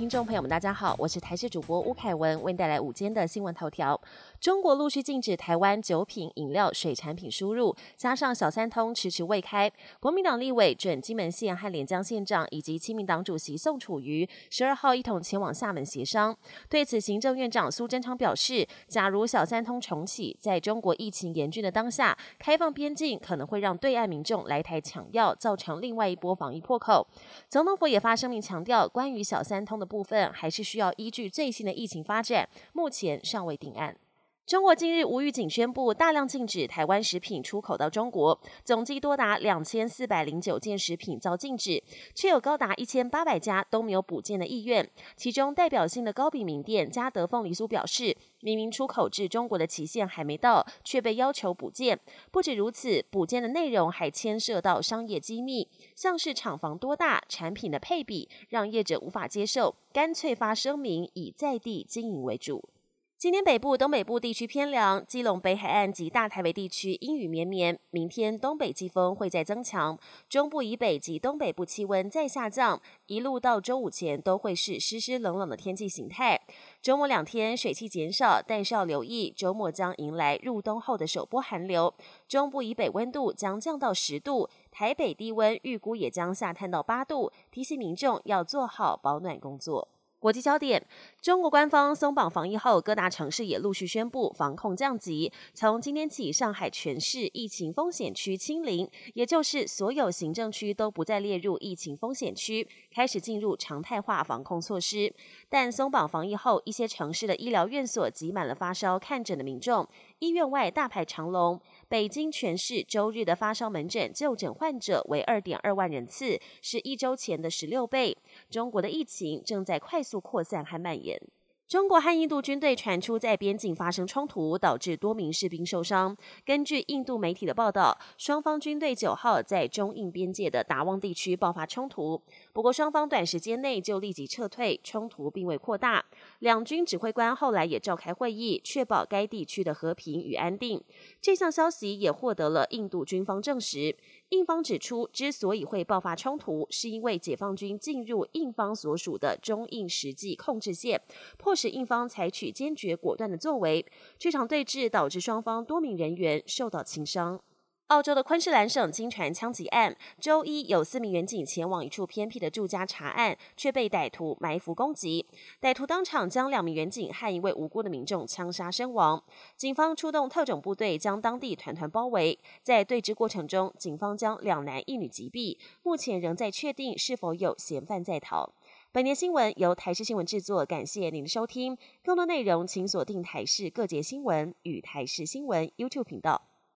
听众朋友们，大家好，我是台视主播吴凯文，为您带来午间的新闻头条。中国陆续禁止台湾酒品、饮料、水产品输入，加上小三通迟迟未开，国民党立委准金门县和连江县长以及亲民党主席宋楚瑜12号一同前往厦门协商。对此，行政院长苏贞昌表示，假如小三通重启，在中国疫情严峻的当下，开放边境可能会让对岸民众来台抢药，造成另外一波防疫破口。总统府也发声明强调，关于小三通的部分，还是需要依据最新的疫情发展，目前尚未定案。中国近日无预警宣布大量禁止台湾食品出口到中国，总计多达2409件食品遭禁止，却有高达1800家都没有补件的意愿。其中代表性的糕饼名店嘉德凤梨酥表示，明明出口至中国的期限还没到，却被要求补件。不止如此，补件的内容还牵涉到商业机密，像是厂房多大、产品的配比，让业者无法接受，干脆发声明以在地经营为主。今天北部、东北部地区偏凉，基隆北海岸及大台北地区阴雨绵绵。明天东北季风会再增强，中部以北及东北部气温再下降，一路到周五前都会是湿湿冷冷的天气形态。周末2天水汽减少，但是要留意周末将迎来入冬后的首波寒流。中部以北温度将降到10度，台北低温预估也将下探到8度，提醒民众要做好保暖工作。国际焦点，中国官方松绑防疫后，各大城市也陆续宣布防控降级。从今天起，上海全市疫情风险区清零，也就是所有行政区都不再列入疫情风险区，开始进入常态化防控措施。但松绑防疫后，一些城市的医疗院所挤满了发烧看诊的民众，医院外大排长龙。北京全市周日的发烧门诊就诊患者为2.2万人次，是1周前的16倍。中国的疫情正在快速扩散和蔓延。中国和印度军队传出在边境发生冲突，导致多名士兵受伤。根据印度媒体的报道，双方军队9号在中印边界的达旺地区爆发冲突，不过双方短时间内就立即撤退，冲突并未扩大。两军指挥官后来也召开会议，确保该地区的和平与安定。这项消息也获得了印度军方证实。印方指出，之所以会爆发冲突，是因为解放军进入印方所属的中印实际控制线，迫使印方采取坚决果断的作为。这场对峙导致双方多名人员受到轻伤。澳洲的昆士兰省经传枪击案，周一有4名员警前往一处偏僻的住家查案，却被歹徒埋伏攻击。歹徒当场将2名员警和一位无辜的民众枪杀身亡。警方出动特种部队将当地团团包围。在对峙过程中，警方将2男1女击毙，目前仍在确定是否有嫌犯在逃。本年新闻由台视新闻制作，感谢您的收听。更多内容请锁定台视各节新闻与台视新闻 YouTube 频道。